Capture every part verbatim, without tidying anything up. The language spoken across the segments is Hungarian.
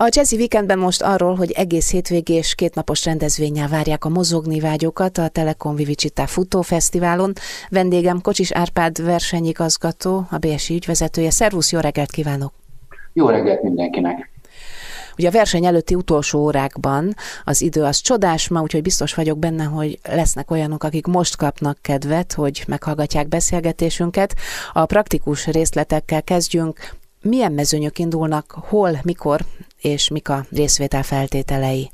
A Jazzy Weekendben most arról, hogy egész hétvégés kétnapos rendezvénnyel várják a mozogni vágyokat a Telekom Vivicitá futófesztiválon. Vendégem Kocsis Árpád versenyigazgató, a bé es i ügyvezetője. Szervusz, jó reggelt kívánok! Jó reggelt mindenkinek! Ugye a verseny előtti utolsó órákban az idő az csodás ma, úgyhogy biztos vagyok benne, hogy lesznek olyanok, akik most kapnak kedvet, hogy meghallgatják beszélgetésünket. A praktikus részletekkel kezdjünk. Milyen mezőnyök indulnak, hol, mikor és mik a részvétel feltételei?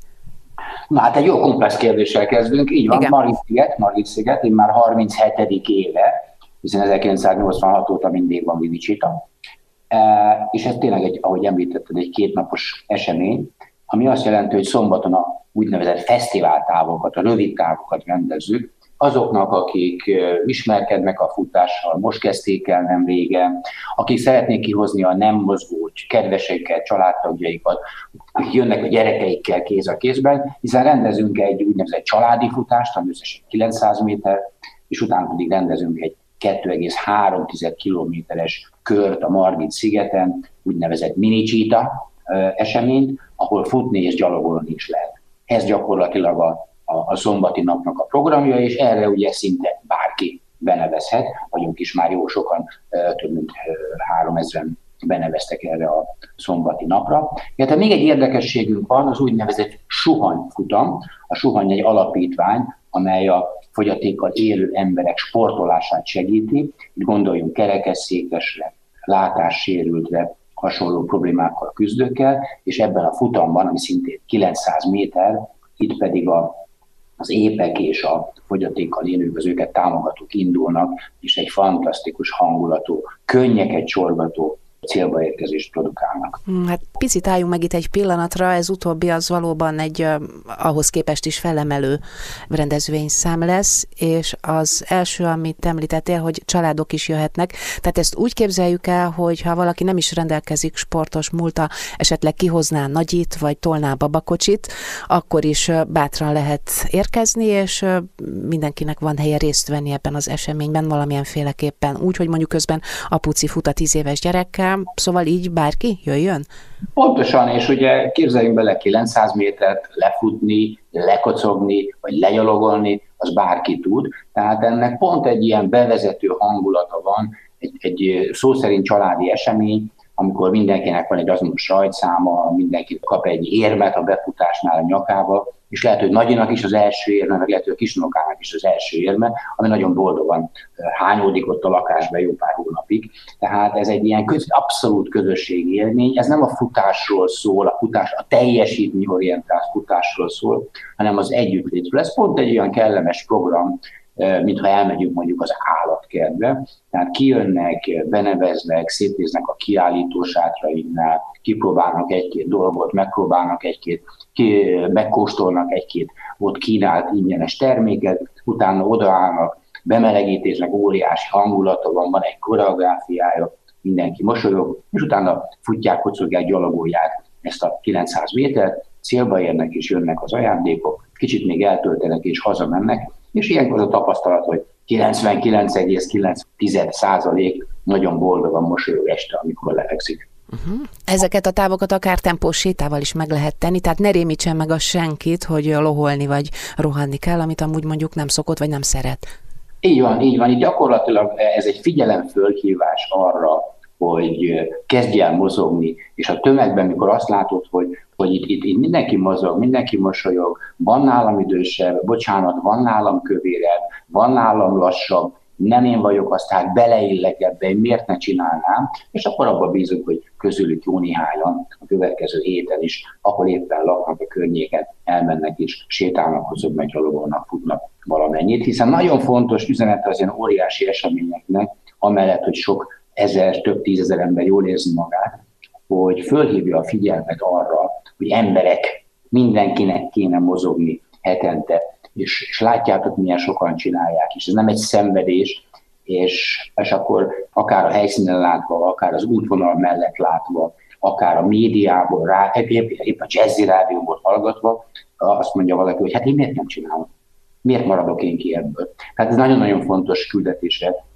Na hát egy jó komplex kérdéssel kezdünk. Így van, Margit-sziget, Margit-sziget, én már harminchetedik éve, hiszen ezerkilencszáznyolcvanhat óta mindig van Vivicita. E, és ez tényleg, egy, ahogy említetted, egy kétnapos esemény, ami azt jelenti, hogy szombaton a úgynevezett fesztiváltávokat, a rövid távokat rendezzük, azoknak, akik ismerkednek a futással, most kezdték el nem régen, akik szeretnék kihozni a nem mozgó kedveseiket, családtagjaikat, akik jönnek a gyerekeikkel kéz a kézben, hiszen rendezünk egy úgynevezett családi futást, ami összesen kilencszáz méter, és utána pedig rendezünk egy kettő egész három kilométeres kört a Margit-szigeten, úgynevezett mini-csíta eseményt, ahol futni és gyalogolni is lehet. Ez gyakorlatilag a a szombati napnak a programja, és erre ugye szinte bárki benevezhet. Vagyunk is már jó sokan, több mint háromezren beneveztek erre a szombati napra. Tehát még egy érdekességünk van, az úgynevezett suhanyfutam. A Suhany egy alapítvány, amely a fogyatékkal élő emberek sportolását segíti. Itt gondoljunk kerekesszékesre, látássérültre, hasonló problémákkal küzdőkkel, és ebben a futamban, ami szintén kilencszáz méter, itt pedig a az épek és a fogyatékkal élők, az őket támogatók indulnak, és egy fantasztikus hangulatú, könnyeket csorgató célba érkezést produkálnak. Hát picit álljunk meg itt egy pillanatra, ez utóbbi az valóban egy uh, ahhoz képest is felemelő rendezvényszám lesz, és az első, amit említettél, hogy családok is jöhetnek, tehát ezt úgy képzeljük el, hogy ha valaki nem is rendelkezik sportos múlta, esetleg kihozná nagyit, vagy tolná babakocsit, akkor is uh, bátran lehet érkezni, és uh, mindenkinek van helye részt venni ebben az eseményben valamilyen féleképpen, úgy, hogy mondjuk közben apuci fut a tíz éves gyerekkel, szóval így bárki jöjjön? Pontosan, és ugye képzeljünk bele kilencszáz métert lefutni, lekocogni, vagy legyalogolni, az bárki tud. Tehát ennek pont egy ilyen bevezető hangulata van, egy, egy szó szerint családi esemény, amikor mindenkinek van egy azonos rajtszáma, mindenki kap egy érmet a befutásnál a nyakába, és lehet, hogy nagyinak is az első érme, meg lehet, hogy a kisnokának is az első érme, ami nagyon boldogan hányódik ott a lakásban jó pár hónapig. Tehát ez egy ilyen köz, abszolút közösségi élmény, ez nem a futásról szól, a futás, a teljesítményorientált futásról szól, hanem az együttlétről. Ez pont egy olyan kellemes program, mintha elmegyünk mondjuk az állatkertbe. Tehát kijönnek, beneveznek, szétnéznek a kiállító sátrainknál, kipróbálnak egy-két dolgot, megpróbálnak egy-két, ki, megkóstolnak egy-két ott kínált ingyenes terméket, utána odaállnak, bemelegítésnek óriási hangulata van, van egy koreográfiája, mindenki mosolyog, és utána futják, kocogják, gyalogolják ezt a kilencszáz métert, célba érnek és jönnek az ajándékok, kicsit még eltöltenek és hazamennek, és ilyenkor az a tapasztalat, hogy kilencvenkilenc egész kilenc százalék nagyon boldogan mosolyog este, amikor lefekszik. Uh-huh. Ezeket a távokat akár tempós sétával is meg lehet tenni, tehát ne rémítsen meg az senkit, hogy loholni vagy rohanni kell, amit amúgy mondjuk nem szokott vagy nem szeret. Így van, így van. Itt gyakorlatilag ez egy figyelemfölhívás arra, hogy kezdj el mozogni, és a tömegben, mikor azt látod, hogy, hogy itt, itt, itt mindenki mozog, mindenki mosolyog, van nálam idősebb, bocsánat, van nálam kövérebb, van nálam lassabb, nem én vagyok, aztán beleillek ebbe, én miért ne csinálnám, és akkor abban bízunk, hogy közülük jó néhányan a következő héten is, ahol éppen laknak a környéken, elmennek is, sétálnak, hozognak, gyalogolnak, futnak valamennyit, hiszen nagyon fontos üzenet az ilyen óriási eseményeknek, amellett, hogy sok ezer, több tízezer ember jól érzi magát, hogy fölhívja a figyelmet arra, hogy emberek, mindenkinek kéne mozogni hetente, és, és látjátok, milyen sokan csinálják, és ez nem egy szenvedés, és, és akkor akár a helyszínen látva, akár az útvonal mellett látva, akár a médiából, rá, épp, épp a Jazzy rádióból hallgatva, azt mondja valaki, hogy hát én miért nem csinálom? Miért maradok én ki ebből? Tehát ez nagyon-nagyon fontos küldetése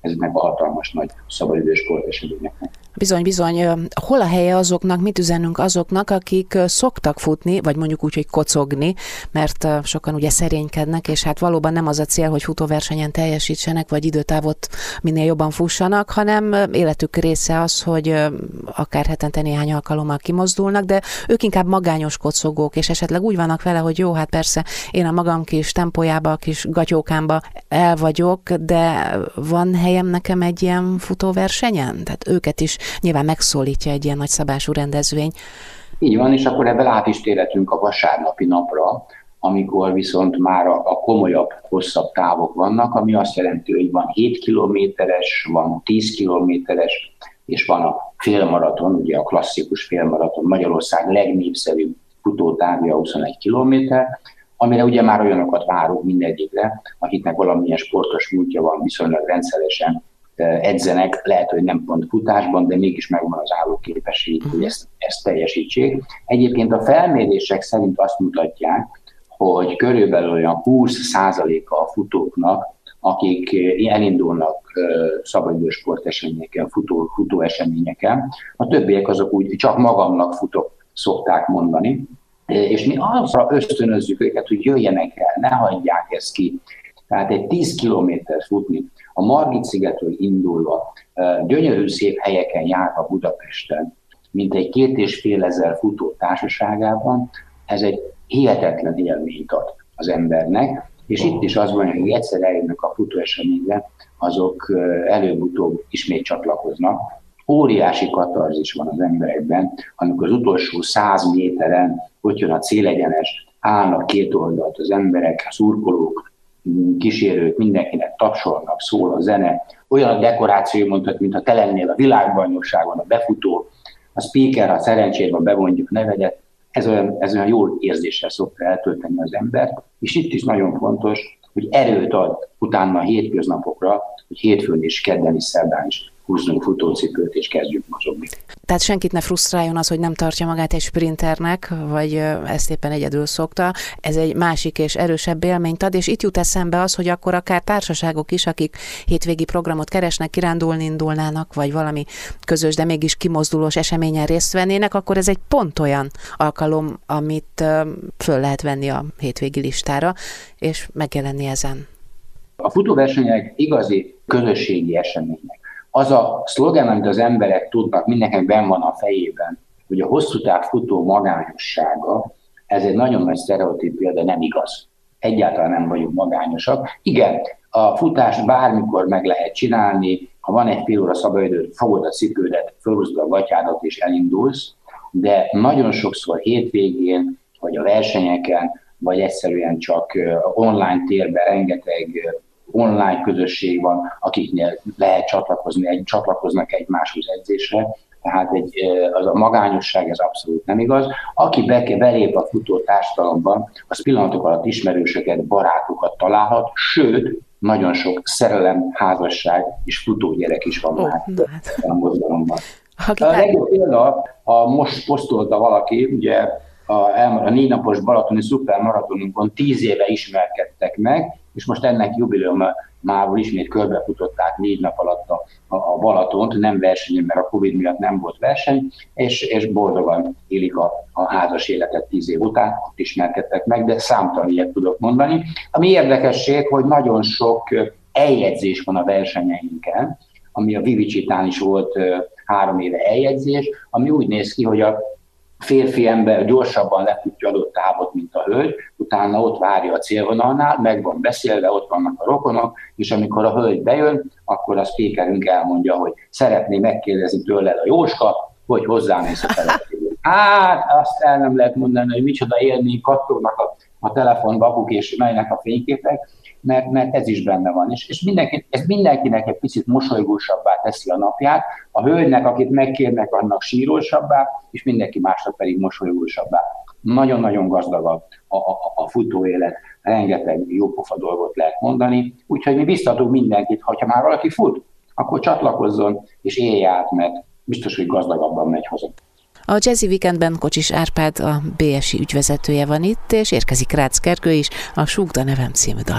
ezeknek a hatalmas nagy szabadidős sporteseményeknek. Bizony, bizony. Hol a helye azoknak, mit üzenünk azoknak, akik szoktak futni, vagy mondjuk úgy, hogy kocogni, mert sokan ugye szerénykednek, és hát valóban nem az a cél, hogy futóversenyen teljesítsenek, vagy időtávot minél jobban fussanak, hanem életük része az, hogy akár hetente néhány alkalommal kimozdulnak, de ők inkább magányos kocogók, és esetleg úgy vannak vele, hogy jó, hát persze én a magam kis tempójába, a kis gatyókámba el vagyok, de van helyem nekem egy ilyen futóversenyen? Tehát őket is nyilván megszólítja egy ilyen nagyszabású rendezvény. Így van, és akkor ebből át is térhetünk a vasárnapi napra, amikor viszont már a, a komolyabb, hosszabb távok vannak, ami azt jelenti, hogy van hét kilométeres, van tíz kilométeres, és van a félmaraton, ugye a klasszikus félmaraton, Magyarország legnépszerűbb futótávja huszonegy kilométer, amire ugye már olyanokat várunk mindegyikre, akiknek valamilyen sportos múltja van, viszonylag rendszeresen edzenek, lehet, hogy nem pont futásban, de mégis megvan az állóképesség, hogy ezt, ezt teljesítsék. Egyébként a felmérések szerint azt mutatják, hogy körülbelül olyan húsz százaléka a futóknak, akik elindulnak szabadidős sporteseményeken, futó, futóeseményeken, a többiek azok úgy csak magamnak futok, szokták mondani, és mi arra ösztönözzük őket, hogy jöjjenek el, ne hagyják ezt ki. Tehát egy tíz kilométert futni, a Margit-szigetről indulva, gyönyörű szép helyeken járva Budapesten, mint egy két és fél ezer futó társaságában, ez egy hihetetlen élményt ad az embernek, és itt is az van, hogy egyszer eljönnek a futóeseményre, azok előbb-utóbb ismét csatlakoznak. Óriási katarzis van az emberekben, amikor az utolsó száz méteren, hogy jön a célegyenes, állnak két oldalt az emberek, szurkolók, kísérők, mindenkinek tapsolnak, szól a zene. Olyan a dekoráció, mondhat, mintha te lennél a világbajnokságon a befutó, a speaker, ha szerencsére van, bevonjuk a nevedet. Ez olyan, ez olyan jó érzéssel szokta eltölteni az embert, és itt is nagyon fontos, hogy erőt ad utána a hétköznapokra, hogy hétfőn és kedden és szerdán is húzzunk futócipőt és kezdjük mozogni. Tehát senkit ne frusztráljon az, hogy nem tartja magát egy sprinternek, vagy ezt éppen egyedül szokta. Ez egy másik és erősebb élményt ad, és itt jut eszembe az, hogy akkor akár társaságok is, akik hétvégi programot keresnek, kirándulni indulnának, vagy valami közös, de mégis kimozdulós eseményen részt vennének, akkor ez egy pont olyan alkalom, amit föl lehet venni a hétvégi listára, és megjelenni ezen. A futóversenyek igazi közösségi események. Az a szlogen, amit az emberek tudnak, mindenkinek benn van a fejében, hogy a hosszú táv futó magányossága, ez egy nagyon nagy sztereotípia, de nem igaz. Egyáltalán nem vagyunk magányosak. Igen, a futást bármikor meg lehet csinálni, ha van egy fél óra szabadidőt, fogod a cipődet, fölhúzod a gatyádat és elindulsz, de nagyon sokszor hétvégén, vagy a versenyeken, vagy egyszerűen csak online térben rengeteg online közösség van, akiknél lehet csatlakozni, egy, csatlakoznak egymáshoz edzésre, tehát egy, az a magányosság ez abszolút nem igaz. Aki be, belép a futó társadalomban, az pillanatok alatt ismerősöket, barátokat találhat, sőt, nagyon sok szerelem, házasság és futógyerek is van oh, már a mozgalomban. A legjobb példa, a most posztolta valaki, ugye a, a négy napos balatoni szupermaratonunkon tíz éve ismerkedtek meg, és most ennek jubileumából ismét körbefutották négy nap alatt a, a Balatont, nem versenyen, mert a Covid miatt nem volt verseny, és, és boldogan élik a, a házas életet tíz év után, ott ismerkedtek meg, de számtalan ilyet tudok mondani. Ami érdekesség, hogy nagyon sok eljegyzés van a versenyeinken, ami a Vivicsitán is volt három éve eljegyzés, ami úgy néz ki, hogy a férfi ember gyorsabban lefutja adott távot, mint a hölgy, utána ott várja a célvonalnál, meg van beszélve, ott vannak a rokonok, és amikor a hölgy bejön, akkor a speakerünk elmondja, hogy szeretné megkérdezni tőle a Jóska, hogy hozzámész a telefonba. Hát azt el nem lehet mondani, hogy micsoda élmény, kattognak a, a telefonba apuk, és mennek a fényképek, mert, mert ez is benne van. És, és mindenki, ez mindenkinek egy picit mosolygósabbá teszi a napját, a hölgynek, akit megkérnek, annak sírósabbá, és mindenki másnak pedig mosolygósabbá. Nagyon-nagyon gazdag a, a, a futóélet, rengeteg jópofa dolgot lehet mondani, úgyhogy mi biztatunk mindenkit, hogyha már valaki fut, akkor csatlakozzon és élje át, mert biztos, hogy gazdagabban megy hozzá. A Jazzy Weekendben Kocsis Árpád, a bé es i ügyvezetője van itt, és érkezik Rácz Gergő is a Súgd a nevem című dallal.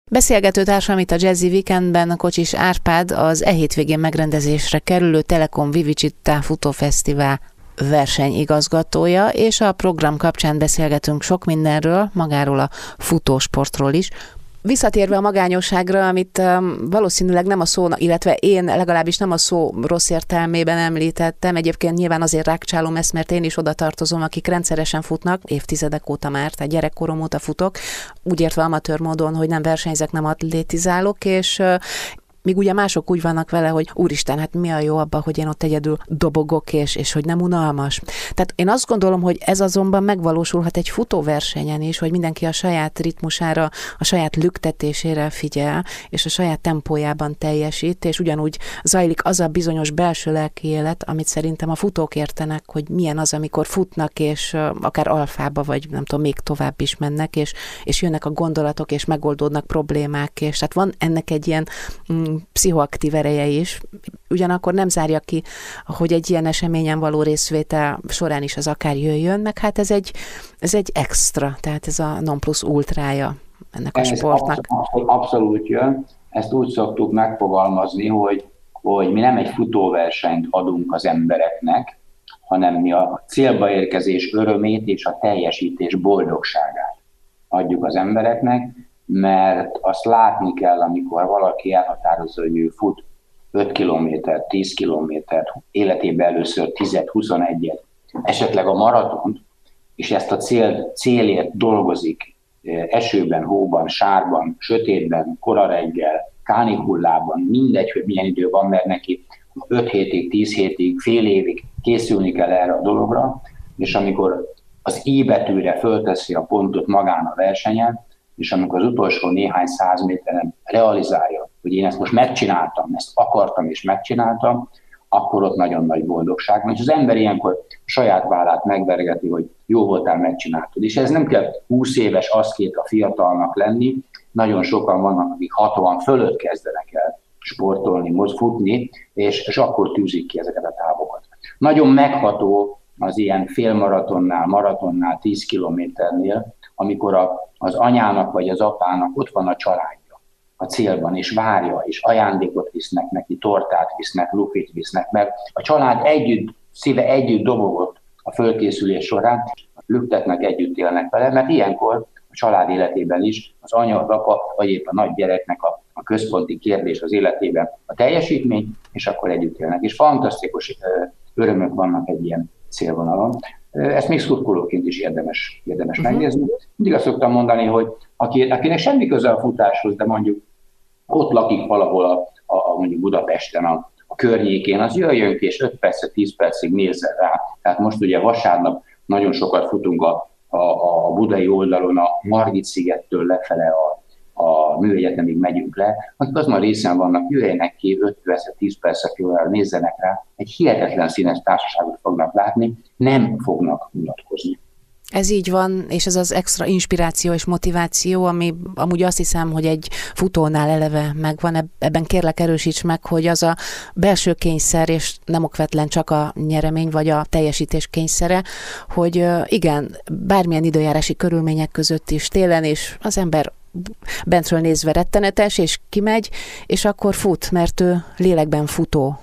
Beszélgető társam itt a Jazzy Weekendben a Kocsis Árpád, az e hétvégén megrendezésre kerülő Telekom Vivicitá Futófesztivál versenyigazgatója, és a program kapcsán beszélgetünk sok mindenről, magáról a futósportról is. Visszatérve a magányosságra, amit um, valószínűleg nem a szó, illetve én legalábbis nem a szó rossz értelmében említettem, egyébként nyilván azért rákcsálom ezt, mert én is oda tartozom, akik rendszeresen futnak, évtizedek óta már, tehát gyerekkorom óta futok, úgy értve amatőr módon, hogy nem versenyzek, nem atlétizálok, és uh, míg ugye mások úgy vannak vele, hogy úristen, hát mi a jó abban, hogy én ott egyedül dobogok, és, és hogy nem unalmas. Tehát én azt gondolom, hogy ez azonban megvalósulhat egy futóversenyen is, hogy mindenki a saját ritmusára, a saját lüktetésére figyel, és a saját tempójában teljesít, és ugyanúgy zajlik az a bizonyos belső lelki élet, amit szerintem a futók értenek, hogy milyen az, amikor futnak, és akár alfába, vagy nem tudom, még tovább is mennek, és, és jönnek a gondolatok, és megoldódnak problémák, és tehát van ennek egy ilyen mm, pszichoaktív ereje is. Ugyanakkor nem zárja ki, hogy egy ilyen eseményen való részvétel során is az akár jöjjön, meg hát ez egy, ez egy extra, tehát ez a non plus ultrája ennek a ez sportnak. Abszolút, abszolút jön. Ezt úgy szoktuk megfogalmazni, hogy, hogy mi nem egy futóversenyt adunk az embereknek, hanem mi a célba érkezés örömét és a teljesítés boldogságát adjuk az embereknek, mert azt látni kell, amikor valaki elhatározza, hogy ő fut öt kilométert, tíz kilométert, életében először tízet, huszonegyet, esetleg a maratont, és ezt a cél, célért dolgozik esőben, hóban, sárban, sötétben, kora reggel, kánikullában, mindegy, hogy milyen idő van, mert neki öt hétig, tíz hétig, fél évig készülni kell erre a dologra, és amikor az I betűre fölteszi a pontot magán a versenyen, és amikor az utolsó néhány száz méteren realizálja, hogy én ezt most megcsináltam, ezt akartam és megcsináltam, akkor ott nagyon nagy boldogság van. És az ember ilyenkor a saját vállát megvergeti, hogy jó voltál, megcsináltad. És ez nem kell húsz éves aszkét a fiatalnak lenni, nagyon sokan vannak, akik hatvan fölött kezdenek el sportolni, futni, és, és akkor tűzik ki ezeket a távokat. Nagyon megható az ilyen félmaratonnál, maratonnál, tíz kilométernél, amikor a, az anyának vagy az apának ott van a családja a célban, és várja, és ajándékot visznek neki, tortát visznek, lufit visznek meg. A család együtt, szíve együtt dobogott a fölkészülés során, lüktetnek, együtt élnek vele, mert ilyenkor a család életében is az anya, az apa, vagy épp a nagygyereknek a, a központi kérdés az életében a teljesítmény, és akkor együtt élnek. És fantasztikus örömök vannak egy ilyen célvonalon. Ezt még szurkolóként is érdemes, érdemes uh-huh. megnézni. Mindig azt szoktam mondani, hogy aki, akinek semmi köze a futáshoz, de mondjuk ott lakik valahol a, a, a mondjuk Budapesten, a, a környékén, az jöjjön ki, és öt percet, tíz percig nézzen rá. Tehát most ugye vasárnap nagyon sokat futunk a, a, a budai oldalon, a Margit-szigettől lefele a, a műegyetemig megyünk le, akik azon a részen vannak, jöjjenek ki, öt percet, tíz percet nézzenek rá, egy hihetetlen színes társaságot fognak látni, nem fognak mutatkozni. Ez így van, és ez az extra inspiráció és motiváció, ami amúgy azt hiszem, hogy egy futónál eleve megvan, ebben kérlek erősíts meg, hogy az a belső kényszer, és nem okvetlen csak a nyeremény, vagy a teljesítés kényszere, hogy igen, bármilyen időjárási körülmények között is télen, és az ember bentről nézve rettenetes, és kimegy, és akkor fut, mert ő lélekben futó.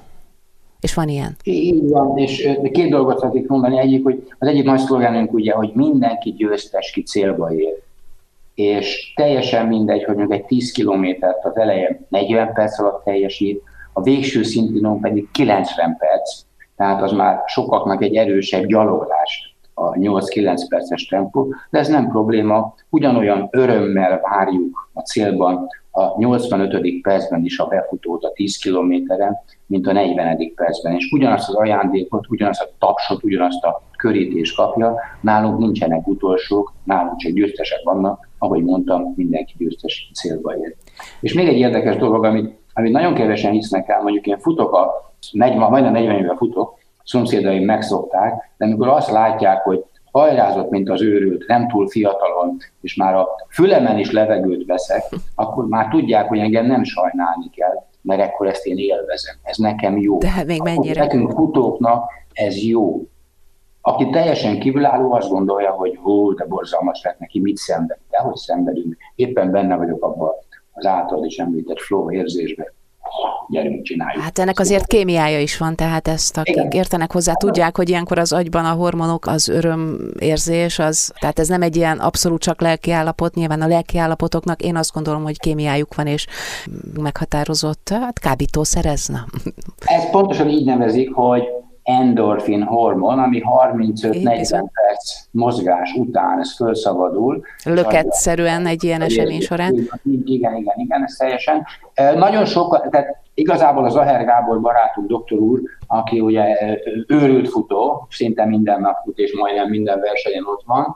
És van ilyen. Így van, és két dolgot szeretnék mondani. Egyik, hogy az egyik nagy szlogánunk ugye, hogy mindenki győztes, ki célba ér. És teljesen mindegy, hogy mondjuk egy tíz kilométert az elején negyven perc alatt teljesít, a végső szintinon pedig kilencven perc, tehát az már sokaknak egy erősebb gyaloglás a nyolc-kilenc perces tempó, de ez nem probléma, ugyanolyan örömmel várjuk a célban a nyolcvanötödik percben is a befutót a tíz kilométeren, mint a negyvenedik percben, és ugyanazt az ajándékot, ugyanazt a tapsot, ugyanazt a körítést kapja, nálunk nincsenek utolsók, nálunk csak győztesek vannak, ahogy mondtam, mindenki győztes célba ér. És még egy érdekes dolog, amit, amit nagyon kevesen hisznek el, mondjuk én futok, a, majdnem negyven éve futok, szomszédaim megszokták, de amikor azt látják, hogy hajrázott, mint az őrült, nem túl fiatalon, és már a fülemen is levegőt veszek, akkor már tudják, hogy engem nem sajnálni kell, mert akkor ezt én élvezem. Ez nekem jó. De hát még mennyire? Nekünk futóknak ez jó. Aki teljesen kívülálló, azt gondolja, hogy hú, de borzalmas lett neki, mit szenved. De hogy szenvedünk? Éppen benne vagyok abban a az által is említett flow érzésbe. Gyerünk, csináljuk. Hát ennek azért kémiája is van, tehát ezt akik igen. értenek hozzá, tudják, hogy ilyenkor az agyban a hormonok, az örömérzés, az, tehát ez nem egy ilyen abszolút csak lelki állapot, nyilván a lelki állapotoknak én azt gondolom, hogy kémiájuk van, és meghatározott, hát kábítószer ez, na. Ez pontosan így nevezik, hogy endorfin hormon, ami harmincöt-negyven perc mozgás után ez felszabadul. Löketszerűen egy ilyen esemény során. Igen, igen, igen, ez teljesen. Nagyon sok, tehát igazából az Aher Gábor barátunk, doktor úr, aki ugye őrült futó, szinte minden nap fut, és majdnem minden versenyen ott van,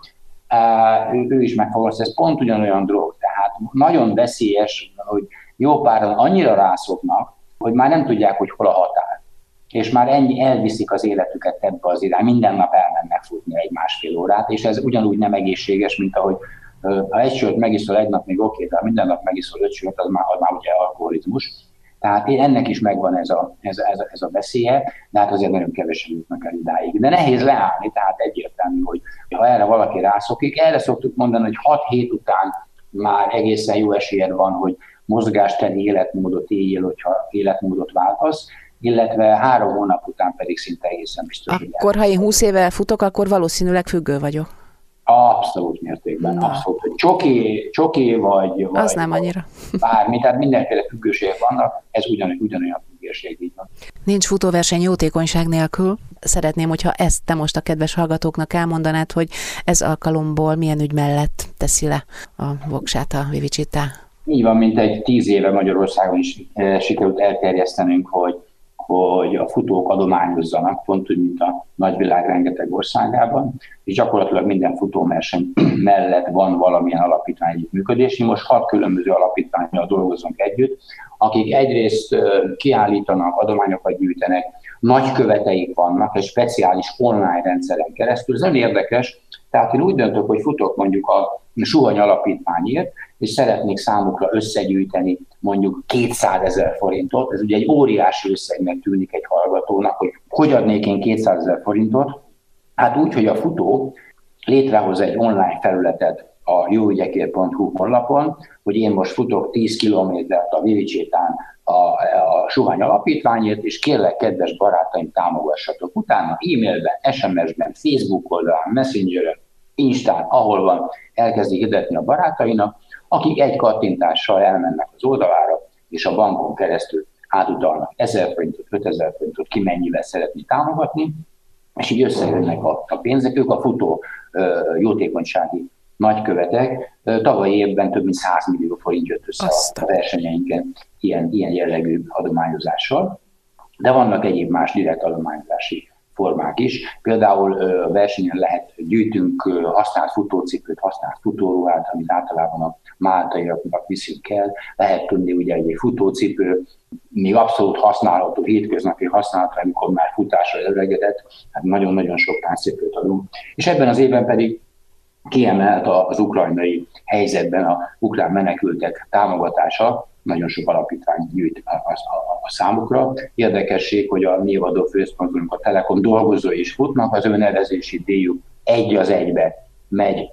ő, ő is megfogalmazta, ez pont ugyanolyan drog. Tehát nagyon veszélyes, hogy jó páran annyira rászoknak, hogy már nem tudják, hogy hol a határ. És már ennyi elviszik az életüket ebbe az irány. Minden nap elmennek futni egy másfél órát, és ez ugyanúgy nem egészséges, mint ahogy ha egy sört megiszol egy nap még oké, de ha minden nap megiszol öt sört, az már, az már ugye alkoholizmus. Tehát ennek is megvan ez a, ez, a, ez, a, ez a veszélye, de hát azért nagyon kevesen jutnak el idáig. De nehéz leállni, tehát egyértelmű, hogy ha erre valaki rászokik, erre szoktuk mondani, hogy hat hét után már egészen jó esélyed van, hogy mozgásteli életmódot éljél, hogyha életmódot váltasz, illetve három hónap után pedig szinte egészen biztos. Akkor, ha én húsz éve futok, akkor valószínűleg függő vagyok. Abszolút mértékben. Na. Abszolút. Hogy csoki, csoki vagy, vagy... Az nem annyira. Bármi, tehát mindenféle függőségek vannak, ez ugyan, ugyanolyan függőség, így van. Nincs futóverseny jótékonyság nélkül. Szeretném, hogyha ezt te most a kedves hallgatóknak elmondanád, hogy ez alkalomból milyen ügy mellett teszi le a voksát a Vivicita. Így van, mint egy tíz éve Magyarországon is sikerült elterjesztenünk, hogy hogy a futók adományozzanak, pont úgy, mint a nagyvilág rengeteg országában, és gyakorlatilag minden futóverseny mellett van valamilyen alapítvány együttműködés. Most hat különböző alapítvánnyal dolgozunk együtt, akik egyrészt kiállítanak, adományokat gyűjtenek, nagyköveteik vannak, egy speciális online rendszeren keresztül. Ez nagyon érdekes, tehát én úgy döntök, hogy futok mondjuk a Suhany Alapítványért, és szeretnék számukra összegyűjteni mondjuk kétszázezer forintot. Ez ugye egy óriási összegnek tűnik egy hallgatónak, hogy hogy adnék én kétszázezer forintot? Hát úgy, hogy a futó létrehoz egy online felületet a jóügyekért pont hu honlapon, hogy én most futok tíz kilométert a Vivicitán a, a Suhany Alapítványért, és kérlek, kedves barátaim, támogassatok. Utána e-mailben, es em es-ben, Facebook oldalán, Messengeren, Instán, ahol van, elkezdi hirdetni a barátainak, akik egy kattintással elmennek az oldalára, és a bankon keresztül átutalnak ezer forintot, ötezer forintot, ki mennyivel szeretné támogatni, és így összejönnek a, a pénzek. Ők a futó ö, jótékonysági nagykövetek. Tavalyi évben több mint száz millió forint jött össze Aztán. a versenyeinken ilyen, ilyen jellegű adományozással, de vannak egyéb más direkt adományozási formák is. Például a versenyen lehet, gyűjtünk használt futócipőt, használt futóruhát, amit általában a máltaiaknak viszünk el. Lehet tudni ugye egy futócipő, még abszolút használható, hétköznapi használatra, amikor már futásra öregedett, hát nagyon-nagyon sok táncipőt adunk. És ebben az évben pedig kiemelt az ukrajnai helyzetben a ukrán menekültek támogatása, nagyon sok alapítvány gyűjt a, a, a számukra. Érdekesség, hogy a névadó főszpontunk, a Telekom dolgozói is futnak, az ő nevezési díjuk egy az egybe megy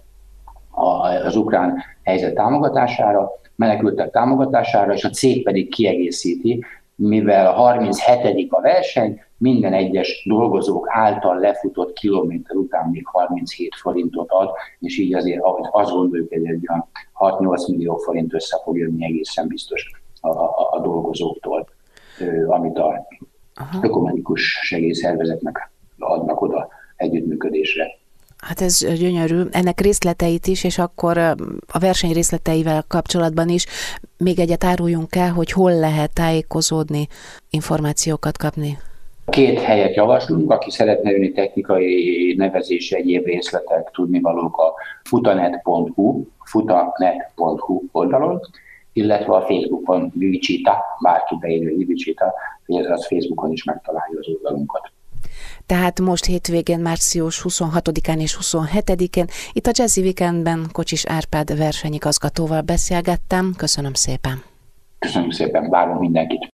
az ukrán helyzet támogatására, menekültek támogatására, és a cég pedig kiegészíti, mivel a harminchetedik a verseny, minden egyes dolgozók által lefutott kilométer után még harminchét forintot ad, és így azért azt gondoljuk, hogy egy olyan hat-nyolc millió forint össze fog jönni egészen biztos a, a, a dolgozóktól, amit a ökumenikus segélyszervezetnek adnak oda együttműködésre. Hát ez gyönyörű. Ennek részleteit is, és akkor a verseny részleteivel kapcsolatban is még egyet áruljunk el, hogy hol lehet tájékozódni, információkat kapni. Két helyet javaslunk, aki szeretne jönni technikai nevezés, egyéb részletek, tudnivalók a futanet pont hu, futanet pont hu oldalon, illetve a Facebookon Vivicita, bárki beírja Vivicita, az Facebookon is megtalálja az oldalunkat. Tehát most hétvégén, március huszonhatodikán és huszonhetedikén itt a Jazzy Weekendben Kocsis Árpád versenyigazgatóval beszélgettem. Köszönöm szépen. Köszönöm szépen, várunk mindenkit.